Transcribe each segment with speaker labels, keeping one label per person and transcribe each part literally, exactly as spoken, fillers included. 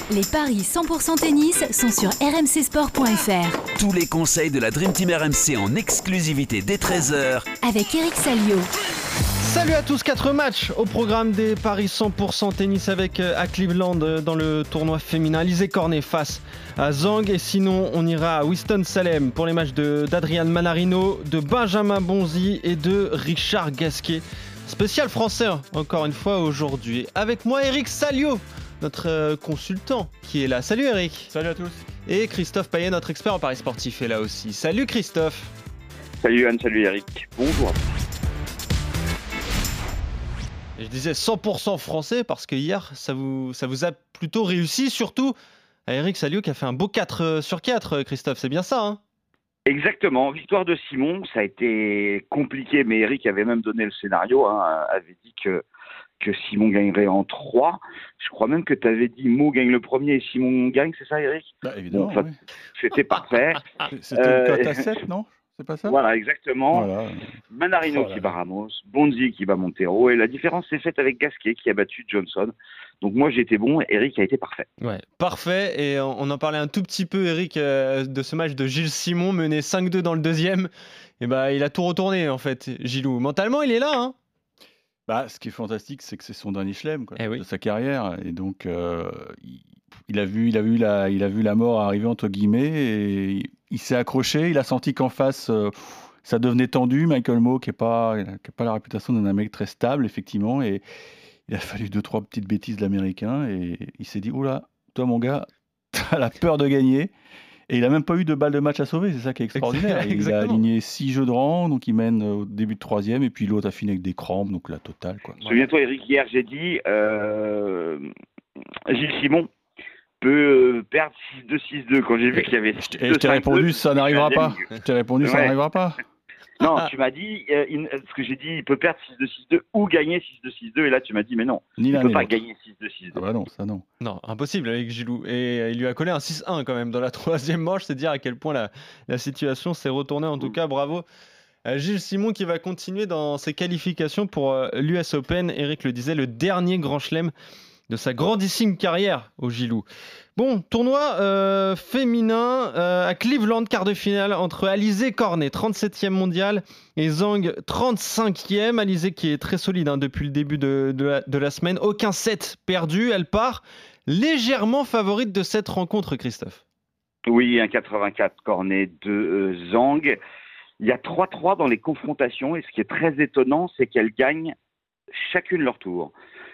Speaker 1: Les paris cent pour cent tennis sont sur r m c sport point f r.
Speaker 2: Tous les conseils de la Dream Team R M C en exclusivité dès treize heures
Speaker 1: Avec Eric Salio.
Speaker 3: Salut à tous, quatre matchs au programme des paris cent pour cent tennis avec euh, à Cleveland euh, dans le tournoi féminin. Alizé Cornet face à Zhang, et sinon on ira à Winston-Salem pour les matchs de, d'Adrian Manarino, de Benjamin Bonzi et de Richard Gasquet. Spécial français encore une fois aujourd'hui. Avec moi Eric Salio, notre euh, consultant qui est là. Salut Eric.
Speaker 4: Salut à tous.
Speaker 3: Et Christophe Payet, notre expert en paris sportif, est là aussi. Salut Christophe.
Speaker 5: Salut Yann, salut Eric. Bonjour.
Speaker 3: Et je disais cent pour cent français parce que hier, ça vous, ça vous a plutôt réussi, surtout à Eric Salio qui a fait un beau quatre sur quatre, Christophe, c'est bien ça, hein?
Speaker 5: Exactement, victoire de Simon, ça a été compliqué, mais Eric avait même donné le scénario, hein, avait dit que, que Simon gagnerait en trois. Je crois même que tu avais dit Mo gagne le premier et Simon gagne, c'est ça Eric?
Speaker 4: Bah évidemment,
Speaker 5: bon, ça,
Speaker 4: oui.
Speaker 5: C'était parfait.
Speaker 4: C'était
Speaker 5: Euh,
Speaker 4: une cote à sept, non? C'est pas ça?
Speaker 5: Voilà, exactement.
Speaker 4: Voilà.
Speaker 5: Manarino
Speaker 4: Oh là
Speaker 5: qui
Speaker 4: là.
Speaker 5: bat Ramos, Bonzi qui bat Montero, et la différence s'est faite avec Gasquet qui a battu Johnson. Donc moi j'ai été bon, Eric a été parfait.
Speaker 3: Ouais, parfait. Et on on en parlait un tout petit peu, Eric, euh, de ce match de Gilles Simon, mené cinq deux dans le deuxième. Et bah, il a tout retourné, en fait, Gilou. Mentalement, il est là, hein?
Speaker 4: Bah, ce qui est fantastique, c'est que c'est son dernier chelem quoi,
Speaker 3: Eh oui.
Speaker 4: de sa carrière. Et donc, euh, il, il a vu, il, a vu la, il a vu la mort arriver, entre guillemets, et il, il s'est accroché. Il a senti qu'en face, euh, ça devenait tendu. Michael Mmoh, qui n'a pas, qui a pas la réputation d'un mec très stable, effectivement. Et il a fallu deux, trois petites bêtises de l'Américain. Et il s'est dit, oula, toi, mon gars, t'as la peur de gagner. Et il n'a même pas eu de balle de match à sauver, c'est ça qui est extraordinaire. Il a
Speaker 3: Exactement.
Speaker 4: aligné six jeux de rang, donc il mène au début de troisième, et puis l'autre a fini avec des crampes, donc la totale, quoi.
Speaker 5: Souviens-toi Eric, hier j'ai dit euh, Gilles Simon peut euh, perdre six deux six deux quand j'ai vu qu'il y avait
Speaker 4: Je
Speaker 5: six
Speaker 4: t'ai- et
Speaker 5: deux,
Speaker 4: je t'ai
Speaker 5: cinq
Speaker 4: répondu,
Speaker 5: deux,
Speaker 4: ça n'arrivera
Speaker 5: j'ai
Speaker 4: pas.
Speaker 5: dit-
Speaker 4: Je t'ai répondu, ça
Speaker 5: Ouais.
Speaker 4: n'arrivera pas.
Speaker 5: Non, tu m'as dit, euh, il- ce que j'ai dit, il peut perdre six deux six deux ou gagner six deux six deux, et là tu m'as dit, mais non,
Speaker 4: Ni
Speaker 5: il
Speaker 4: l'un
Speaker 5: ne peut
Speaker 4: ni
Speaker 5: pas
Speaker 4: l'autre.
Speaker 5: gagner six deux six deux.
Speaker 4: Ah bah non, ça non.
Speaker 3: Non, impossible avec Gilou. Et euh, il lui a collé un six un quand même dans la troisième manche. C'est dire à quel point la, la situation s'est retournée. En tout cas, bravo à Gilles Simon qui va continuer dans ses qualifications pour euh, l'U S Open. Eric le disait, le dernier grand chelem de sa grandissime carrière au Gilou. Bon, tournoi euh, féminin euh, à Cleveland, quart de finale entre Alizé Cornet, trente-septième mondial, et Zhang, trente-cinquième. Alizé qui est très solide hein, depuis le début de, de, la, de la semaine. Aucun set perdu. Elle part légèrement favorite de cette rencontre, Christophe.
Speaker 5: Oui, un quatre-vingt-quatre Cornet de euh, Zhang. Il y a trois trois dans les confrontations, et ce qui est très étonnant, c'est qu'elles gagnent chacune leur tour.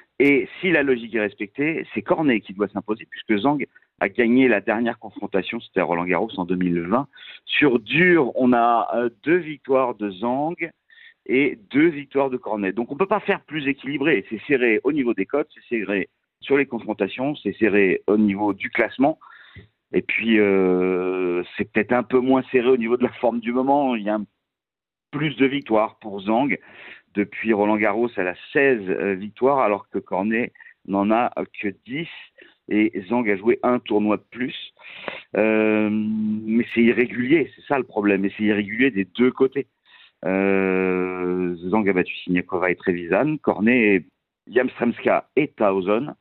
Speaker 5: Et si la logique est respectée, c'est Cornet qui doit s'imposer, puisque Zhang a gagné la dernière confrontation, c'était à Roland Garros en deux mille vingt. Sur dur, on a euh, deux victoires de Zhang et deux victoires de Cornet. Donc on ne peut pas faire plus équilibré. C'est serré au niveau des cotes, c'est serré sur les confrontations, c'est serré au niveau du classement. Et puis, euh, c'est peut-être un peu moins serré au niveau de la forme du moment. Il y a un- plus de victoires pour Zhang. Depuis Roland Garros, elle a seize euh, victoires, alors que Cornet n'en a que dix. Et Zhang a joué un tournoi de plus. Euh, mais c'est irrégulier, c'est ça le problème. Et c'est irrégulier des deux côtés. Euh, Zhang a battu Siniakova et Trevisan. Cornet, Jamstremska et Tauzon.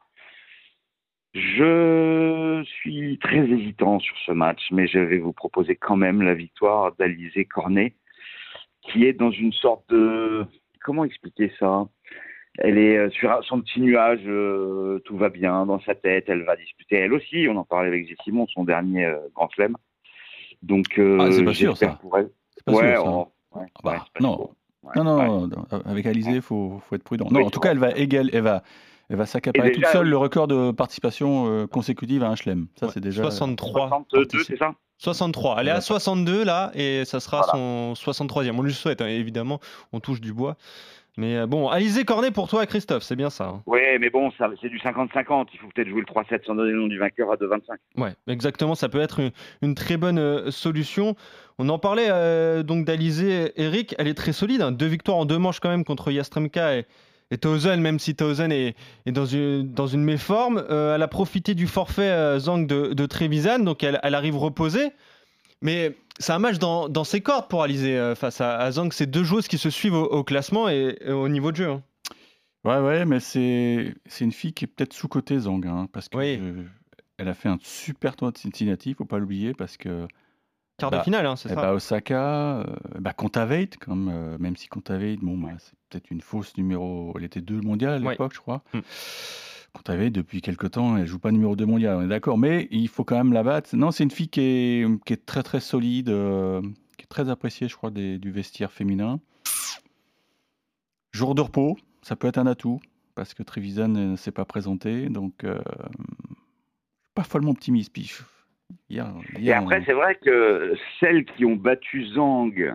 Speaker 5: Je suis très hésitant sur ce match, mais je vais vous proposer quand même la victoire d'Alizé Cornet, qui est dans une sorte de... Comment expliquer ça? Elle est euh, sur un- son petit nuage, euh, tout va bien dans sa tête, elle va disputer elle aussi, on en parlait avec Gilles Simon, son dernier euh, grand chelem. Donc, euh,
Speaker 4: Ah, c'est pas sûr,
Speaker 5: j'espère
Speaker 4: ça.
Speaker 5: pour elle.
Speaker 4: C'est pas
Speaker 5: Ouais,
Speaker 4: sûr, ça.
Speaker 5: oh, ouais,
Speaker 4: Ah bah,
Speaker 5: ouais, c'est pas
Speaker 4: non.
Speaker 5: sûr. Ouais,
Speaker 4: Non,
Speaker 5: ouais.
Speaker 4: non, non, avec Alizé, il faut, faut être prudent.
Speaker 5: Oui,
Speaker 4: Non, en tout cas, elle va égaler, elle va, elle va s'accaparer
Speaker 5: Et
Speaker 4: toute
Speaker 5: déjà,
Speaker 4: seule
Speaker 5: oui.
Speaker 4: le record de participation euh, consécutive à un chelem. Ça,
Speaker 3: Ouais,
Speaker 4: c'est déjà.
Speaker 3: soixante-trois.
Speaker 5: soixante-deux,
Speaker 3: participants.
Speaker 5: c'est ça?
Speaker 3: soixante-trois. Elle est à soixante-deux là et ça sera
Speaker 5: Voilà.
Speaker 3: son soixante-troisième. On lui souhaite hein, évidemment, on touche du bois. Mais euh, bon, Alizé Cornet pour toi, Christophe, c'est bien ça. Hein.
Speaker 5: Oui, mais bon, ça, c'est du cinquante cinquante. Il faut peut-être jouer le trois sept sans donner le nom du vainqueur à deux vingt-cinq.
Speaker 3: Ouais, exactement, ça peut être une, une très bonne euh, solution. On en parlait euh, donc d'Alizé, Eric, elle est très solide, hein. Deux victoires en deux manches quand même contre Yastremka et, et Tauzon, même si Tauzon est, est dans, une, dans une méforme. Euh, elle a profité du forfait euh, Zhang de, de Trevisan, donc elle, elle arrive reposée. Mais c'est un match dans, dans ses cordes pour Alizé euh, face à, à Zhang. C'est deux joueuses qui se suivent au, au classement et, et au niveau de jeu. Hein.
Speaker 4: Ouais, ouais, mais c'est c'est une fille qui est peut-être sous-cotée, Zhang, hein, parce que
Speaker 3: Oui.
Speaker 4: euh, elle a fait un super tournoi de Cincinnati, il ne faut pas l'oublier, parce que
Speaker 3: Quart
Speaker 4: bah,
Speaker 3: de finale, hein, c'est
Speaker 4: elle
Speaker 3: ça.
Speaker 4: bat Osaka, euh, bah, Kontaveit, comme, euh, même si Kontaveit, bon, bah, c'est peut-être une fausse numéro. Elle était deux mondiale à
Speaker 3: Ouais.
Speaker 4: l'époque, je crois.
Speaker 3: Mm.
Speaker 4: Kontaveit, depuis quelques temps, elle joue pas numéro deux mondial, on est d'accord, mais il faut quand même la battre. Non, c'est une fille qui est, qui est très très solide, euh, qui est très appréciée, je crois, des- du vestiaire féminin. Jour de repos, ça peut être un atout, parce que Trevisan ne s'est pas présenté, donc euh, pas follement optimiste. Puis, hier,
Speaker 5: Et
Speaker 4: hier,
Speaker 5: après,
Speaker 4: on-
Speaker 5: c'est vrai que celles qui ont battu Zhang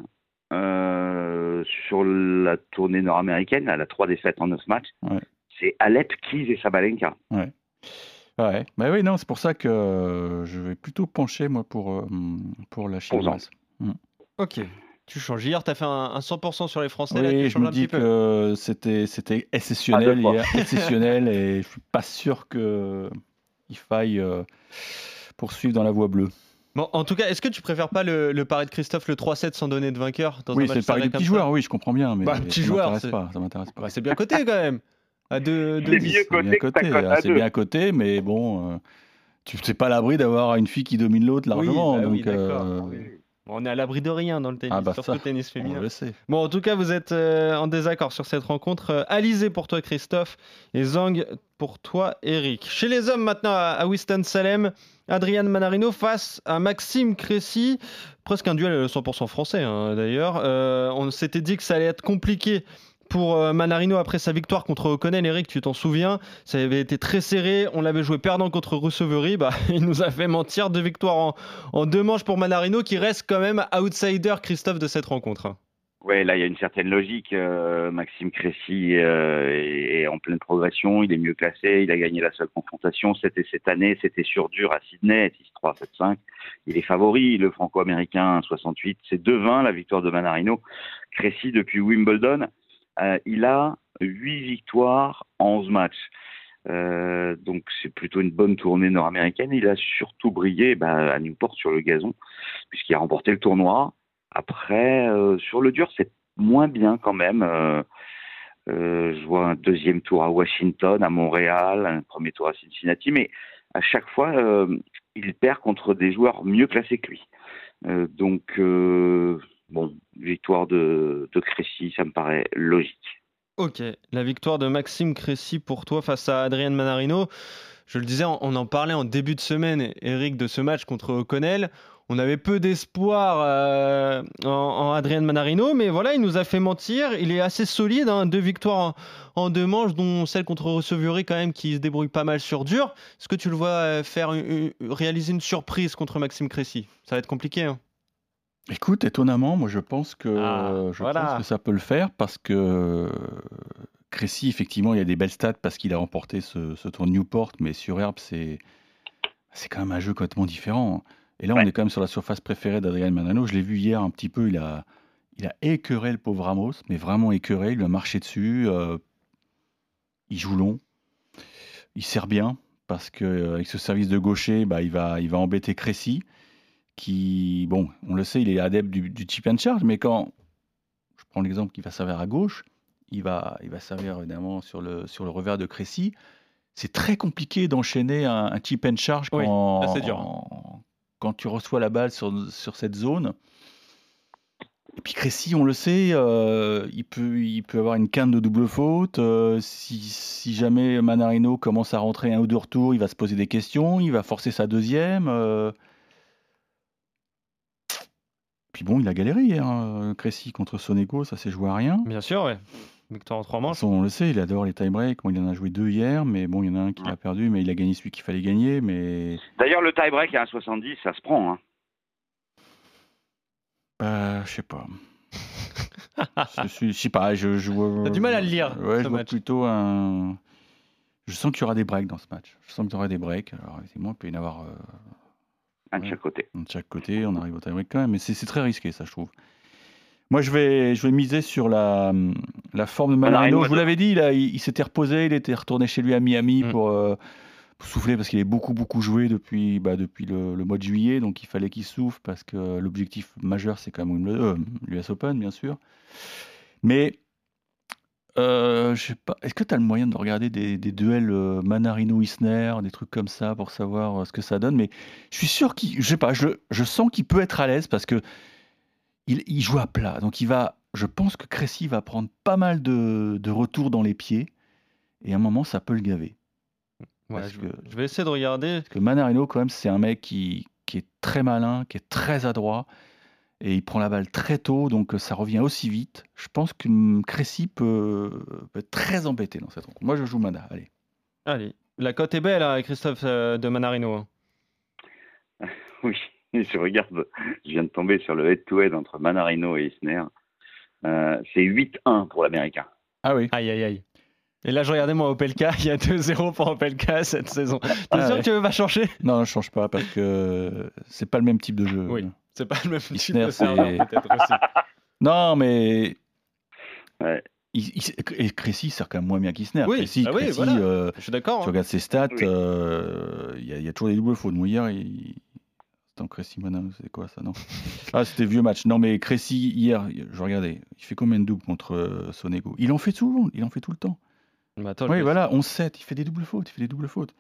Speaker 5: euh, sur la tournée nord-américaine, elle a trois défaites en neuf matchs,
Speaker 4: Ouais.
Speaker 5: c'est Alep, Keys et Sabalenka.
Speaker 4: Ouais. Ouais. Bah oui, non, c'est pour ça que euh, je vais plutôt pencher, moi, pour, euh, pour la chinoise.
Speaker 3: Ok. Tu changes. Hier, tu as fait un, un cent pour cent sur les Français. Là, tu
Speaker 4: Oui, je
Speaker 3: changes
Speaker 4: me
Speaker 3: un
Speaker 4: dis
Speaker 3: petit peu.
Speaker 4: que c'était, c'était
Speaker 5: Ah, deux
Speaker 4: exceptionnel
Speaker 5: fois.
Speaker 4: hier, exceptionnel, et je suis pas sûr qu'il faille euh, poursuivre dans la voie bleue.
Speaker 3: Bon, en tout cas, est-ce que tu préfères pas le, le pari de Christophe, le trois sept sans donner de vainqueur dans
Speaker 4: Oui,
Speaker 3: un
Speaker 4: c'est
Speaker 3: match
Speaker 4: le pari
Speaker 3: serré
Speaker 4: du
Speaker 3: comme
Speaker 4: petit
Speaker 3: ça
Speaker 4: joueur, oui, je comprends bien, mais
Speaker 3: Bah, petit
Speaker 4: ça
Speaker 3: joueur,
Speaker 4: m'intéresse
Speaker 3: c'est-
Speaker 4: pas, ça m'intéresse pas.
Speaker 3: Bah, c'est bien coté quand même. À deux
Speaker 5: C'est
Speaker 3: dix.
Speaker 5: mieux
Speaker 4: C'est bien
Speaker 5: coté que ta
Speaker 4: coté,
Speaker 5: cote
Speaker 4: ah,
Speaker 5: à
Speaker 4: c'est
Speaker 5: deux.
Speaker 4: bien coté, mais bon, euh, tu n'es pas à l'abri d'avoir une fille qui domine l'autre largement.
Speaker 3: Oui, bah oui,
Speaker 4: donc,
Speaker 3: d'accord.
Speaker 4: euh,
Speaker 3: Oui. Bon, on est à l'abri de rien dans le tennis,
Speaker 4: Ah bah
Speaker 3: surtout
Speaker 4: ça,
Speaker 3: tennis
Speaker 4: on
Speaker 3: féminin.
Speaker 4: le sait.
Speaker 3: Bon, en tout cas, vous êtes euh, en désaccord sur cette rencontre. Euh, Alizé pour toi, Christophe, et Zhang pour toi, Eric. Chez les hommes, maintenant, à, à Winston-Salem, Adrian Manarino face à Maxime Cressy. Presque un duel cent pour cent français, hein, d'ailleurs. Euh, on s'était dit que ça allait être compliqué pour euh, Manarino après sa victoire contre O'Connell. Eric, tu t'en souviens, ça avait été très serré. On l'avait joué perdant contre Rusevery. Bah, il nous a fait mentir. Deux victoires en, en deux manches pour Manarino, qui reste quand même outsider, Christophe, de cette rencontre.
Speaker 5: Ouais, là, il y a une certaine logique. Euh, Maxime Cressy euh, est, est en pleine progression. Il est mieux classé. Il a gagné la seule confrontation. C'était cette année. C'était sur dur à Sydney, six trois, sept cinq. Il est favori. Le franco-américain, soixante-huit. C'est deux vingt, la victoire de Manarino. Cressy, depuis Wimbledon, euh, il a huit victoires en onze matchs. Euh, donc, c'est plutôt une bonne tournée nord-américaine. Il a surtout brillé bah, à Newport sur le gazon, puisqu'il a remporté le tournoi. Après, euh, sur le dur, c'est moins bien quand même. Euh, euh, je vois un deuxième tour à Washington, à Montréal, un premier tour à Cincinnati, mais à chaque fois, euh, il perd contre des joueurs mieux classés que lui. Euh, donc, euh, bon, victoire de, de Cressy, ça me paraît logique.
Speaker 3: Ok, la victoire de Maxime Cressy pour toi face à Adrian Manarino. Je le disais, on en parlait en début de semaine, Eric, de ce match contre O'Connell. On avait peu d'espoir euh, en, en Adrian Manarino, mais voilà, il nous a fait mentir. Il est assez solide, hein, deux victoires en, en deux manches, dont celle contre Rusevery quand même, qui se débrouille pas mal sur dur. Est-ce que tu le vois euh, faire une- une- réaliser une surprise contre Maxime Cressy? Ça va être compliqué, hein.
Speaker 4: Écoute, étonnamment, moi je pense que
Speaker 3: Ah,
Speaker 4: je
Speaker 3: voilà.
Speaker 4: pense que ça peut le faire parce que Cressy, effectivement, il y a des belles stats parce qu'il a remporté ce, ce tour de Newport, mais sur herbe, c'est c'est quand même un jeu complètement différent. Et là, on
Speaker 5: Ouais.
Speaker 4: est quand même sur la surface préférée d'Adrian Manarino. Je l'ai vu hier un petit peu, il a il a écœuré le pauvre Ramos, mais vraiment écœuré. Il lui a marché dessus. euh, il joue long, il sert bien parce que euh, avec ce service de gaucher, bah, il va il va embêter Cressy, qui, bon, on le sait, il est adepte du, du chip and charge, mais quand je prends l'exemple qu'il va servir à gauche, il va, il va servir évidemment sur le, sur le revers de Cressy. C'est très compliqué d'enchaîner un, un chip and charge
Speaker 3: Oui,
Speaker 4: quand,
Speaker 3: là, c'est dur.
Speaker 4: en- quand tu reçois la balle sur, sur cette zone. Et puis Cressy, on le sait, euh, il, peut, il peut avoir une quinte de double faute. Euh, si, si jamais Manarino commence à rentrer un ou deux retours, il va se poser des questions, il va forcer sa deuxième. euh. Puis bon, il a galéré hier, hein, Cressy contre Sonego, ça s'est joué à rien.
Speaker 3: Bien sûr, ouais. Victoire en trois
Speaker 4: De toute
Speaker 3: manches.
Speaker 4: façon, on le sait, il adore les tie-breaks. Bon, il en a joué deux hier, mais bon, il y en a un qui l'a perdu, mais il a gagné celui qu'il fallait gagner. Mais
Speaker 5: D'ailleurs, le tie-break à un soixante-dix, ça se prend. Hein.
Speaker 4: bah, je sais pas. je suis, je sais pas, je, je vois.
Speaker 3: T'as du mal à le lire,
Speaker 4: Ouais,
Speaker 3: ce
Speaker 4: je vois
Speaker 3: match.
Speaker 4: plutôt un. Je sens qu'il y aura des breaks dans ce match. Je sens qu'il y aura des breaks. Alors, effectivement, il peut y en avoir euh,
Speaker 5: Un de
Speaker 4: Ouais.
Speaker 5: chaque côté.
Speaker 4: de chaque côté. On arrive au tie-break quand même, mais c'est c'est très risqué, ça, je trouve. Moi, je vais, je vais miser sur la, la forme de Manarino.
Speaker 5: Manarino,
Speaker 4: Je vous l'avais dit, il, a- il, il s'était reposé, il était retourné chez lui à Miami
Speaker 3: Mm.
Speaker 4: pour, euh, pour souffler parce qu'il est beaucoup, beaucoup joué depuis, bah, depuis le, le mois de juillet. Donc, il fallait qu'il souffle parce que l'objectif majeur, c'est quand même Wimbledon, euh, l'U S Open, bien sûr. Mais Euh, je sais pas. Est-ce que tu as le moyen de regarder des, des duels euh, Manarino-Isner, des trucs comme ça pour savoir euh, ce que ça donne? Mais je suis sûr qu'il, je sais pas, je, je sens qu'il peut être à l'aise parce que il, il joue à plat. Donc il va, je pense que Crécy va prendre pas mal de, de retours dans les pieds et à un moment ça peut le gaver.
Speaker 3: Ouais,
Speaker 4: Parce
Speaker 3: je,
Speaker 4: que,
Speaker 3: je vais essayer de regarder.
Speaker 4: parce que Manarino quand même c'est un mec qui, qui est très malin, qui est très adroit. Et il prend la balle très tôt, donc euh, ça revient aussi vite. Je pense que hum, Crécy peut, peut être très embêté dans cette rencontre. Moi, je joue Mana, allez.
Speaker 3: Allez, la cote est belle, hein, Christophe euh, de Manarino. hein.
Speaker 5: Oui, je regarde, je viens de tomber sur le head-to-head entre Manarino et Isner. Euh, c'est huit un pour l'Américain.
Speaker 4: Ah oui.
Speaker 3: Aïe, aïe, aïe. Et là, je regardais mon Opelka, il y a deux zéro pour Opelka cette saison. T'es
Speaker 4: Ah
Speaker 3: sûr
Speaker 4: ouais.
Speaker 3: que tu veux pas changer?
Speaker 4: Non, je change pas parce que c'est pas le même type de jeu.
Speaker 3: Oui, c'est pas le même type
Speaker 4: Isner,
Speaker 3: de serveur,
Speaker 4: c'est-
Speaker 3: peut-être aussi.
Speaker 4: Non, mais
Speaker 5: Ouais.
Speaker 4: il, il- et Crécy sert quand même moins bien qu'Isner.
Speaker 3: Oui,
Speaker 4: Crécy,
Speaker 3: ah oui,
Speaker 4: Crécy,
Speaker 3: voilà.
Speaker 4: euh,
Speaker 3: Je suis d'accord.
Speaker 4: tu
Speaker 3: hein.
Speaker 4: regardes ses stats,
Speaker 5: Oui.
Speaker 4: euh, il y, a- il y a toujours des doubles fautes. Moi, hier, il... Attends, Crécy, Mana, c'est quoi ça? Non. Ah, c'était vieux match. Non, mais Crécy, hier, je regardais, il fait combien de doubles contre euh, Sonego? Il en fait tout le monde, il en fait tout le temps.
Speaker 3: Mais attends,
Speaker 4: Oui,
Speaker 3: je-
Speaker 4: voilà, onze sept, il fait des doubles fautes, il fait des doubles fautes.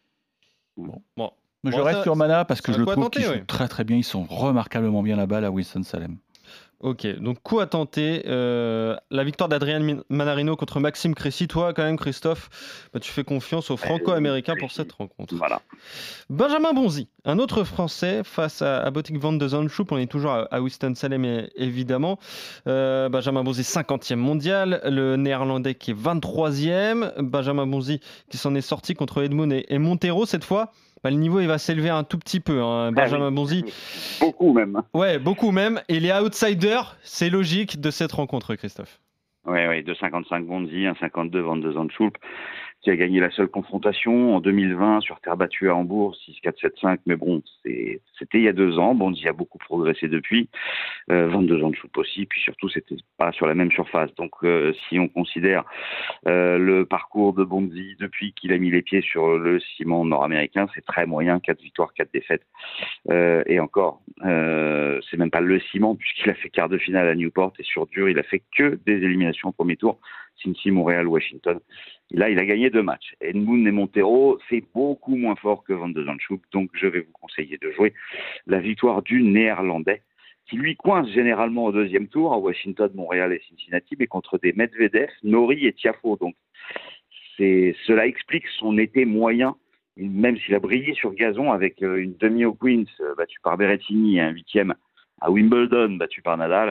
Speaker 3: Bon.
Speaker 4: Mais
Speaker 3: Bon,
Speaker 4: je reste
Speaker 3: ça-
Speaker 4: sur Mana parce que
Speaker 3: c'est
Speaker 4: je
Speaker 3: un
Speaker 4: le
Speaker 3: coup à
Speaker 4: trouve
Speaker 3: tenter,
Speaker 4: qu'ils jouent
Speaker 3: oui.
Speaker 4: très très bien. Ils sont remarquablement bien la balle à Winston-Salem.
Speaker 3: Ok, donc coup à tenter. euh, la victoire d'Adrien Min- Manarino contre Maxime Crécy. Toi, quand même, Christophe, bah, tu fais confiance aux Franco-Américains pour
Speaker 5: Crécy.
Speaker 3: cette rencontre.
Speaker 5: Voilà.
Speaker 3: Benjamin Bonzi, un autre Français face à, à Botic van de Zandschulp. On est toujours à, à Winston-Salem, é- évidemment. Euh, Benjamin Bonzi, cinquantième mondial. Le Néerlandais qui est vingt-troisième. Benjamin Bonzi qui s'en est sorti contre Edmund et, et Montero. Cette fois, bah, le niveau il va s'élever un tout petit peu. hein. Benjamin
Speaker 5: oui.
Speaker 3: Bonzi,
Speaker 5: Beaucoup même.
Speaker 3: ouais, beaucoup même. Et les outsiders, c'est logique de cette rencontre, Christophe.
Speaker 5: Oui, oui, deux cinquante-cinq Bonzi, un cinquante-deux Van de Zandschulp, qui a gagné la seule confrontation en deux mille vingt sur terre battue à Hambourg, six quatre sept cinq. Mais bon, c'est- c'était il y a deux ans. Bonzi a beaucoup progressé depuis. Euh, Van de Zandschulp aussi. Puis surtout, c'était pas sur la même surface. Donc, euh, si on considère euh, le parcours de Bonzi depuis qu'il a mis les pieds sur le ciment nord-américain, c'est très moyen. Quatre victoires, quatre défaites. Euh, et encore, euh, c'est même pas le ciment puisqu'il a fait quart de finale à Newport et sur dur, il a fait que des éliminations au premier tour. Cincy, Montréal, Washington. Et là, il a gagné deux matchs. Edmund et Montero, c'est beaucoup moins fort que Van de Zandschulp, donc je vais vous conseiller de jouer la victoire du Néerlandais, qui lui coince généralement au deuxième tour à Washington, Montréal et Cincinnati, mais contre des Medvedev, Nori et Tiafoe. Donc, c'est, cela explique son été moyen, même s'il a brillé sur gazon avec euh, une demi au Queens euh, battue par Berrettini et un huitième à Wimbledon battu par Nadal.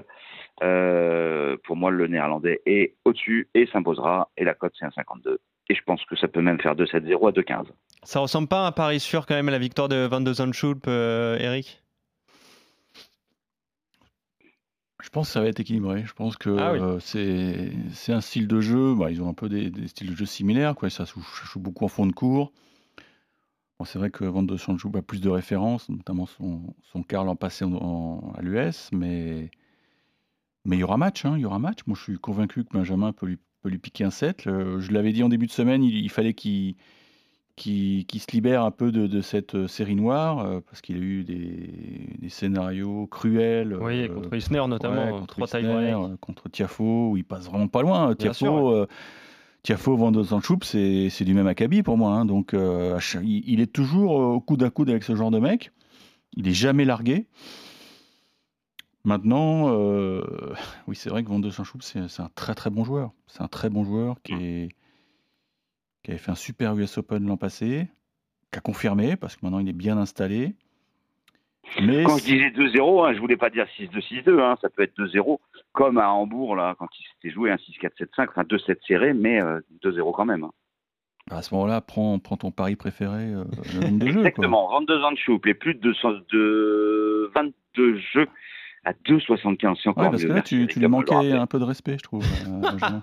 Speaker 5: Euh, pour moi, le Néerlandais est au-dessus et s'imposera. Et la cote, c'est un cinquante-deux. Et je pense que ça peut même faire deux sept zéro à deux quinze.
Speaker 3: Ça ressemble pas à un pari sûr quand même à la victoire de Van de Zandschulp, euh, Eric?
Speaker 4: Je pense que ça va être équilibré. Je pense que
Speaker 3: Ah oui.
Speaker 4: euh, c'est c'est un style de jeu. Bah, ils ont un peu des, des styles de jeu similaires. Quoi. Ça joue, ça joue beaucoup en fond de cours. Bon, c'est vrai que Van de Zandschulp a plus de références, notamment son, son quart l'an passé en, en- à l'U S. Mais mais il y aura match. hein, il y aura match. Moi, je suis convaincu que Benjamin peut lui, peut lui piquer un set. Euh, je l'avais dit en début de semaine, il, il fallait qu'il qu'il qu'il se libère un peu de, de cette euh, série noire, euh, parce qu'il a eu des, des scénarios cruels.
Speaker 3: Oui,
Speaker 4: euh,
Speaker 3: contre Isner notamment,
Speaker 4: ouais,
Speaker 3: euh,
Speaker 4: contre
Speaker 3: trois
Speaker 4: Isner,
Speaker 3: tie-breaks.
Speaker 4: euh, contre Tiafoe, où il passe vraiment pas loin.
Speaker 3: Bien
Speaker 4: Tiafoe,
Speaker 3: sûr, ouais.
Speaker 4: euh, Tiafoe, Van de Zandschulp, c'est c'est du même acabit pour moi. hein. Donc, euh, à chaque- il, il est toujours euh, au coude à coude avec ce genre de mec. Il est jamais largué. Maintenant, euh, oui, c'est vrai que Van de Zandschulp, c'est c'est un très très bon joueur. C'est un très bon joueur qui, est, qui avait fait un super U S Open l'an passé, qui a confirmé, parce que maintenant il est bien installé. Mais
Speaker 5: Quand je disais deux zéro, hein, je voulais pas dire six deux six deux, hein, ça peut être deux zéro, comme à Hambourg, là, quand il s'était joué un six quatre sept cinq, enfin deux sept serré, mais euh, deux zéro quand même. hein.
Speaker 4: à ce moment-là, prends, prends ton pari préféré, euh, le nombre de jeux. Quoi.
Speaker 5: Exactement, Van de Zandschulp, les plus de, deux cents de vingt-deux jeux à deux soixante-quinze. C'est encore
Speaker 4: Ouais, parce
Speaker 5: mieux.
Speaker 4: que là,
Speaker 5: Merci,
Speaker 4: tu,
Speaker 5: Eric,
Speaker 4: tu lui
Speaker 5: de me le
Speaker 4: manquais
Speaker 5: rappeler.
Speaker 4: un peu de respect, je trouve. euh, Benjamin.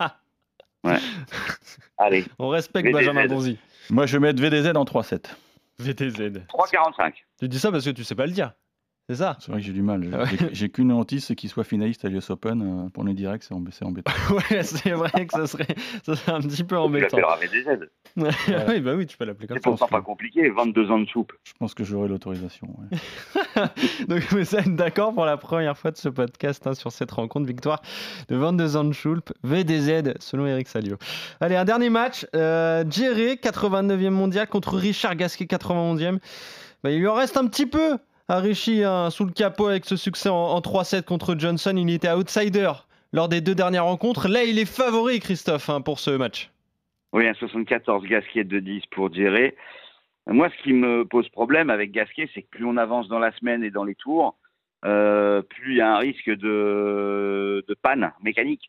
Speaker 5: Allez,
Speaker 3: On respecte
Speaker 5: V D Z.
Speaker 3: Benjamin Bonzi.
Speaker 4: Moi, je vais mettre V D Z en trois sept.
Speaker 3: V T Z.
Speaker 5: trois quarante-cinq.
Speaker 3: Tu dis ça parce que tu sais pas le dire. C'est ça.
Speaker 4: C'est vrai que j'ai du mal. J'ai,
Speaker 3: Ouais.
Speaker 4: j'ai- j'ai qu'une hantise, c'est qu'il soit finaliste à l'U S Open. euh, Pour les directs, c'est, embê- c'est embêtant.
Speaker 3: Ouais, c'est vrai que ça serait, ça serait un petit peu
Speaker 5: Tu
Speaker 3: embêtant.
Speaker 5: l'appelleras V D Z.
Speaker 3: Oui, bah oui, tu peux l'appeler comme
Speaker 5: C'est
Speaker 3: ça.
Speaker 5: pourtant pas compliqué, vingt-deux ans de soupe.
Speaker 4: Je pense que j'aurai l'autorisation. ouais.
Speaker 3: Donc vous êtes d'accord pour la première fois de ce podcast hein, sur cette rencontre, victoire de vingt-deux ans de Schulp, V D Z selon Eric Salio. Allez, un dernier match, euh, Djere, quatre-vingt-neuvième mondial contre Richard Gasquet, quatre-vingt-onzième. Bah, il lui en reste un petit peu à Richie hein, sous le capot avec ce succès en, en trois sept contre Johnson. Il était outsider lors des deux dernières rencontres. Là, il est favori, Christophe, hein, pour ce match.
Speaker 5: Oui, un soixante-quatorze Gasquet de dix pour Djere. Moi, ce qui me pose problème avec Gasquet, c'est que plus on avance dans la semaine et dans les tours, euh, plus il y a un risque de, de panne mécanique.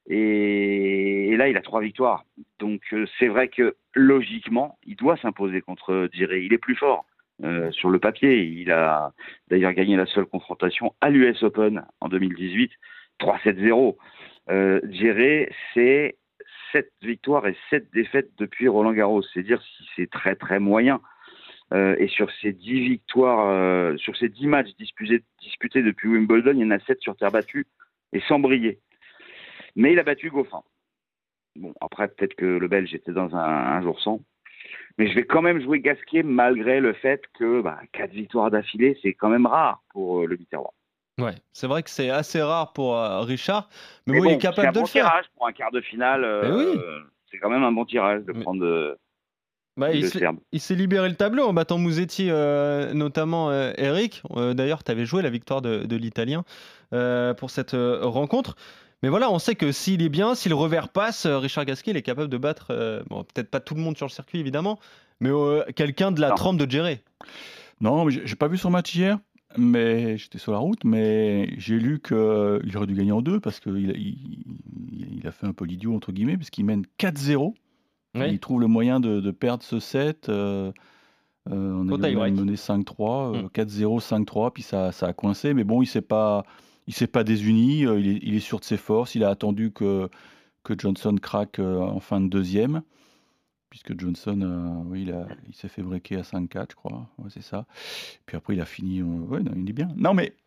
Speaker 5: Et, et là, il a trois victoires. Donc, euh, c'est vrai que logiquement, il doit s'imposer contre Djere. Il est plus fort euh, sur le papier. Il a d'ailleurs gagné la seule confrontation à l'U S Open en deux mille dix-huit, trois sept zéro. Euh, Djere, c'est sept victoires et sept défaites depuis Roland Garros. C'est dire si c'est très très moyen. Euh, et sur ces dix victoires, euh, sur ces dix matchs disputés, disputés depuis Wimbledon, il y en a sept sur terre battue et sans briller. Mais il a battu Goffin. Bon, après, peut-être que le Belge était dans un, un jour sans. Mais je vais quand même jouer Gasquet malgré le fait que bah, quatre victoires d'affilée, c'est quand même rare pour euh, le Biterrois.
Speaker 3: Ouais, c'est vrai que c'est assez rare pour euh, Richard, mais,
Speaker 5: Mais
Speaker 3: bon,
Speaker 5: bon,
Speaker 3: il est capable
Speaker 5: c'est un
Speaker 3: de
Speaker 5: bon
Speaker 3: le faire.
Speaker 5: tirage pour un quart de finale. Euh,
Speaker 3: Mais oui.
Speaker 5: C'est quand même un bon tirage de
Speaker 3: Mais-
Speaker 5: prendre euh,
Speaker 3: Bah, il,
Speaker 5: le
Speaker 3: s'est,
Speaker 5: Serbe.
Speaker 3: il s'est libéré le tableau en battant Musetti, euh, notamment euh, Eric. Euh, d'ailleurs, tu avais joué la victoire de, de l'Italien euh, pour cette euh, rencontre. Mais voilà, on sait que s'il est bien, si le revers passe, euh, Richard Gasquet il est capable de battre, euh, bon, peut-être pas tout le monde sur le circuit évidemment, mais euh, quelqu'un de la
Speaker 5: Non.
Speaker 3: trempe de Djere.
Speaker 4: Non, mais j'ai j'ai pas vu son match hier, mais j'étais sur la route, mais j'ai lu qu'il aurait dû gagner en deux parce qu'il a, il, il a fait un peu l'idiot, entre guillemets, parce qu'il mène quatre zéro.
Speaker 3: Oui.
Speaker 4: Il trouve le moyen de, de perdre ce set. Euh, euh, on
Speaker 3: Au
Speaker 4: a
Speaker 3: tie-break.
Speaker 4: mené cinq trois, euh,
Speaker 3: Mm.
Speaker 4: quatre zéro, cinq trois, puis ça, ça a coincé. Mais bon, il s'est pas, il s'est pas désuni. euh, Il est, il est sûr de ses forces. Il a attendu que, que Johnson craque euh, en fin de deuxième. Puisque Johnson, euh, oui, il, a- il s'est fait breaker à cinq quatre, je crois. Ouais, c'est ça. Puis après, il a fini. euh, ouais, non, il est bien. Non, mais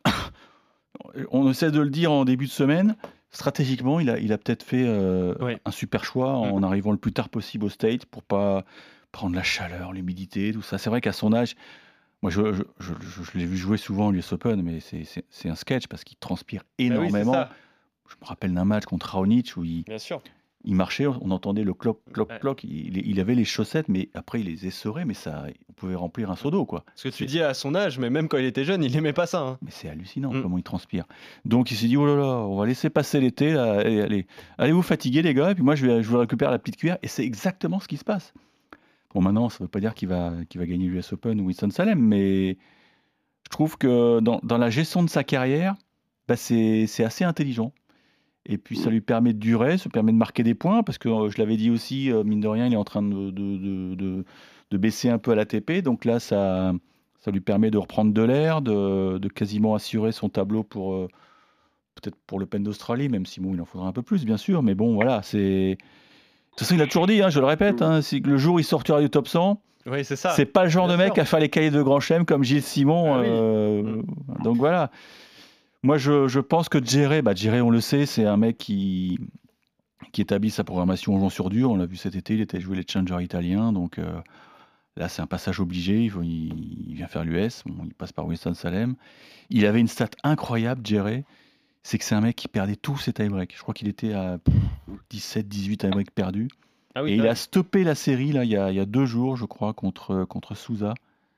Speaker 4: on essaie de le dire en début de semaine. Stratégiquement, il a, il a peut-être fait euh,
Speaker 3: Ouais.
Speaker 4: un super choix en arrivant le plus tard possible au State pour pas prendre la chaleur, l'humidité, tout ça. C'est vrai qu'à son âge, moi, je, je, je- je- je l'ai vu jouer souvent au U S Open, mais c'est, c'est- c'est un sketch parce qu'il transpire
Speaker 3: Bah oui, c'est
Speaker 4: énormément.
Speaker 3: ça.
Speaker 4: Je me rappelle d'un match contre Raonic où il,
Speaker 3: Bien sûr.
Speaker 4: il marchait, on entendait le cloc, cloc,
Speaker 3: Ouais.
Speaker 4: cloc. Il, il avait les chaussettes, mais après, il les essorait, mais ça, on pouvait remplir un seau d'eau, quoi.
Speaker 3: Ce que tu
Speaker 4: C'est-
Speaker 3: dis à son âge, mais même quand il était jeune, il n'aimait pas ça. hein.
Speaker 4: Mais c'est hallucinant
Speaker 3: Mm.
Speaker 4: comment il transpire. Donc il s'est dit, oh là là, on va laisser passer l'été, là, allez, allez, allez vous fatiguer les gars, et puis moi je vais, je vais récupérer la petite cuillère, et c'est exactement ce qui se passe. Bon, maintenant, ça ne veut pas dire qu'il va, qu'il va gagner l'U S Open ou Winston-Salem, mais je trouve que dans, dans la gestion de sa carrière, bah, c'est, c'est assez intelligent. Et puis ça lui permet de durer, ça permet de marquer des points, parce que euh, je l'avais dit aussi, euh, mine de rien, il est en train de, de, de, de- de baisser un peu à l'A T P, donc là, ça, ça lui permet de reprendre de l'air, de, de quasiment assurer son tableau pour euh, peut-être pour l'Open d'Australie, même si bon, il en faudra un peu plus, bien sûr, mais bon, voilà, c'est... De toute façon, il a toujours dit, hein, je le répète, hein, si le jour où il sortira du top cent,
Speaker 3: Oui, c'est ça.
Speaker 4: c'est pas le genre
Speaker 3: Bien
Speaker 4: de mec
Speaker 3: sûr.
Speaker 4: à faire les cahiers de Grand Chelem comme Gilles Simon.
Speaker 3: Ah oui.
Speaker 4: euh,
Speaker 3: Mm.
Speaker 4: Donc voilà. Moi, je, je pense que Djere, bah, Djere, on le sait, c'est un mec qui, qui établit sa programmation au jouant sur dur. On l'a vu cet été, il était joué les challengers italiens. Donc euh, là, c'est un passage obligé. Il, faut- il- il vient faire l'U S. Bon, il passe par Winston-Salem. Il avait une stat incroyable, Djere. C'est que c'est un mec qui perdait tous ses tie-breaks. Je crois qu'il était à dix-sept, dix-huit tie-breaks perdus.
Speaker 3: Ah oui,
Speaker 4: Et il
Speaker 3: t'as-
Speaker 4: a stoppé la série là, il, y a, il y a deux jours, je crois, contre, contre Souza.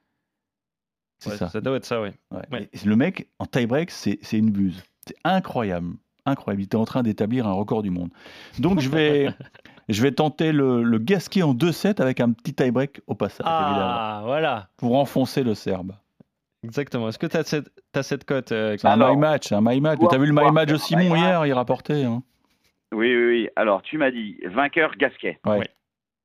Speaker 4: C'est
Speaker 3: ouais,
Speaker 4: ça.
Speaker 3: ça doit être ça, oui.
Speaker 4: Ouais.
Speaker 3: Ouais.
Speaker 4: Et le mec, en tie-break, c'est c'est une buse. C'est incroyable. Incroyable. Il était en train d'établir un record du monde. Donc, je vais, je vais tenter le, le Gasquet en deux sept avec un petit tie-break au passage, évidemment,
Speaker 3: Ah, voilà.
Speaker 4: pour enfoncer le Serbe.
Speaker 3: Exactement. Est-ce que tu as cette, t'as cette cote euh,
Speaker 4: C'est un
Speaker 5: Alors,
Speaker 4: my match, c'est un my match.
Speaker 5: pouvoir-
Speaker 4: Tu as vu le my
Speaker 5: pouvoir
Speaker 4: match de
Speaker 5: faire un
Speaker 4: Simon
Speaker 5: my match.
Speaker 4: hier, il rapportait. Hein.
Speaker 5: Oui, oui, oui. Alors, tu m'as dit vainqueur Gasquet.
Speaker 4: Ouais.
Speaker 3: Ouais.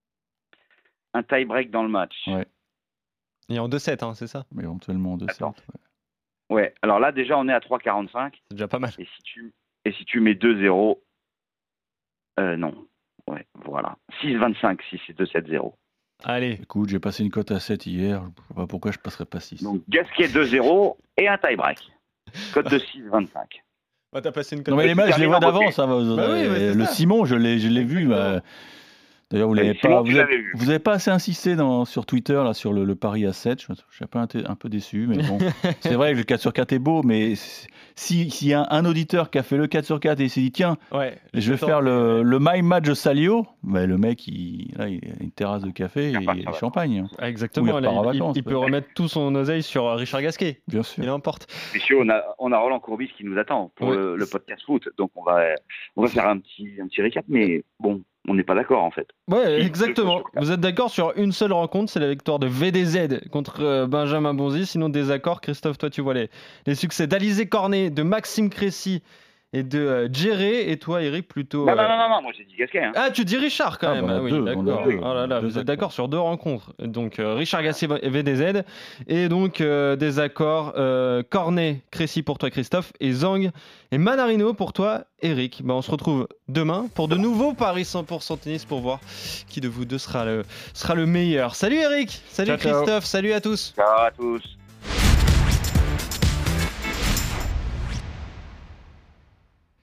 Speaker 5: Un tie-break dans le match.
Speaker 4: Ouais.
Speaker 3: Et en deux sept, hein, c'est ça?
Speaker 4: Mais éventuellement en deux sept.
Speaker 5: Attends.
Speaker 4: Ouais.
Speaker 5: Ouais. Alors là, déjà, on est à trois quarante-cinq.
Speaker 3: C'est déjà pas mal.
Speaker 5: Et si tu, et si tu mets deux zéro, euh, non. Ouais, voilà. six vingt-cinq si c'est deux sept zéro.
Speaker 3: Allez.
Speaker 4: Écoute, j'ai passé une cote à sept hier. Je ne sais pas pourquoi je ne passerais pas six.
Speaker 5: Donc Gasquet deux zéro et un tie-break. Cote de six vingt-cinq.
Speaker 3: Oh, t'as passé une cote.
Speaker 4: Non, mais les matchs, je les vois
Speaker 5: termine en
Speaker 4: d'avance. Hein, vous-
Speaker 3: Bah oui, mais c'est
Speaker 4: le
Speaker 3: ça.
Speaker 4: Simon, je l'ai, je l'ai vu. bah, D'ailleurs, vous
Speaker 5: Oui,
Speaker 4: l'avez
Speaker 5: Simon,
Speaker 4: pas,
Speaker 5: tu
Speaker 4: vous
Speaker 5: l'avais
Speaker 4: avez,
Speaker 5: vu.
Speaker 4: vous avez pas assez insisté dans, sur Twitter là, sur le, le pari à sept. Je, je suis un peu, un peu déçu, mais bon. C'est vrai que le quatre sur quatre est beau, mais c'est- si- s'il y a un, un auditeur qui a fait le quatre sur quatre et il s'est dit tiens,
Speaker 3: Ouais.
Speaker 4: je vais faire le, le My Match de Salio, bah, le mec, il, là, il a une terrasse de café
Speaker 5: Il
Speaker 4: et,
Speaker 5: repart
Speaker 4: et
Speaker 5: sur la
Speaker 4: champagne, hein,
Speaker 3: Ah,
Speaker 4: Ou
Speaker 3: exactement.
Speaker 4: il
Speaker 3: là,
Speaker 4: repart en
Speaker 3: il, il-
Speaker 4: vacances,
Speaker 3: il peut
Speaker 4: ouais.
Speaker 3: remettre tout son oseille sur euh, Richard Gasquet.
Speaker 4: bien sûr.
Speaker 3: Il emporte.
Speaker 5: Messieurs, on a, on a Roland Courbis qui nous attend pour
Speaker 3: Ouais.
Speaker 5: le, le podcast foot. Donc on va, on va faire un petit, un petit récap. Mais bon, on n'est pas d'accord en fait.
Speaker 3: Ouais,
Speaker 5: Si,
Speaker 3: exactement.
Speaker 5: deux fois sur quatre.
Speaker 3: Vous êtes d'accord sur une seule rencontre, c'est la victoire de V D Z contre euh, Benjamin Bonzi. Sinon, désaccord. Christophe, toi, tu vois les, les succès d'Alizé Cornet, de Maxime Crécy et de euh, Djéré. Et toi, Eric, plutôt.
Speaker 5: Non, non,
Speaker 3: euh,
Speaker 5: non, non, non, moi j'ai dit Gasquet. Hein.
Speaker 3: Ah, tu dis Richard quand
Speaker 4: Ah,
Speaker 3: même.
Speaker 4: bah, on a
Speaker 3: Ah oui,
Speaker 4: deux, on a
Speaker 3: d'accord.
Speaker 4: deux,
Speaker 3: Oh là là,
Speaker 4: deux
Speaker 3: vous êtes
Speaker 4: accords.
Speaker 3: d'accord sur deux rencontres. Donc euh, Richard Gasquet et V D Z. Et donc euh, des accords euh, Cornet, Crécy pour toi, Christophe, et Zang et Manarino pour toi, Eric. Bah, on se retrouve demain pour de nouveaux paris cent pour cent tennis pour voir qui de vous deux sera le, sera le meilleur. Salut Eric, salut
Speaker 4: Ciao, ciao.
Speaker 3: Christophe, salut à tous.
Speaker 5: Ciao à tous.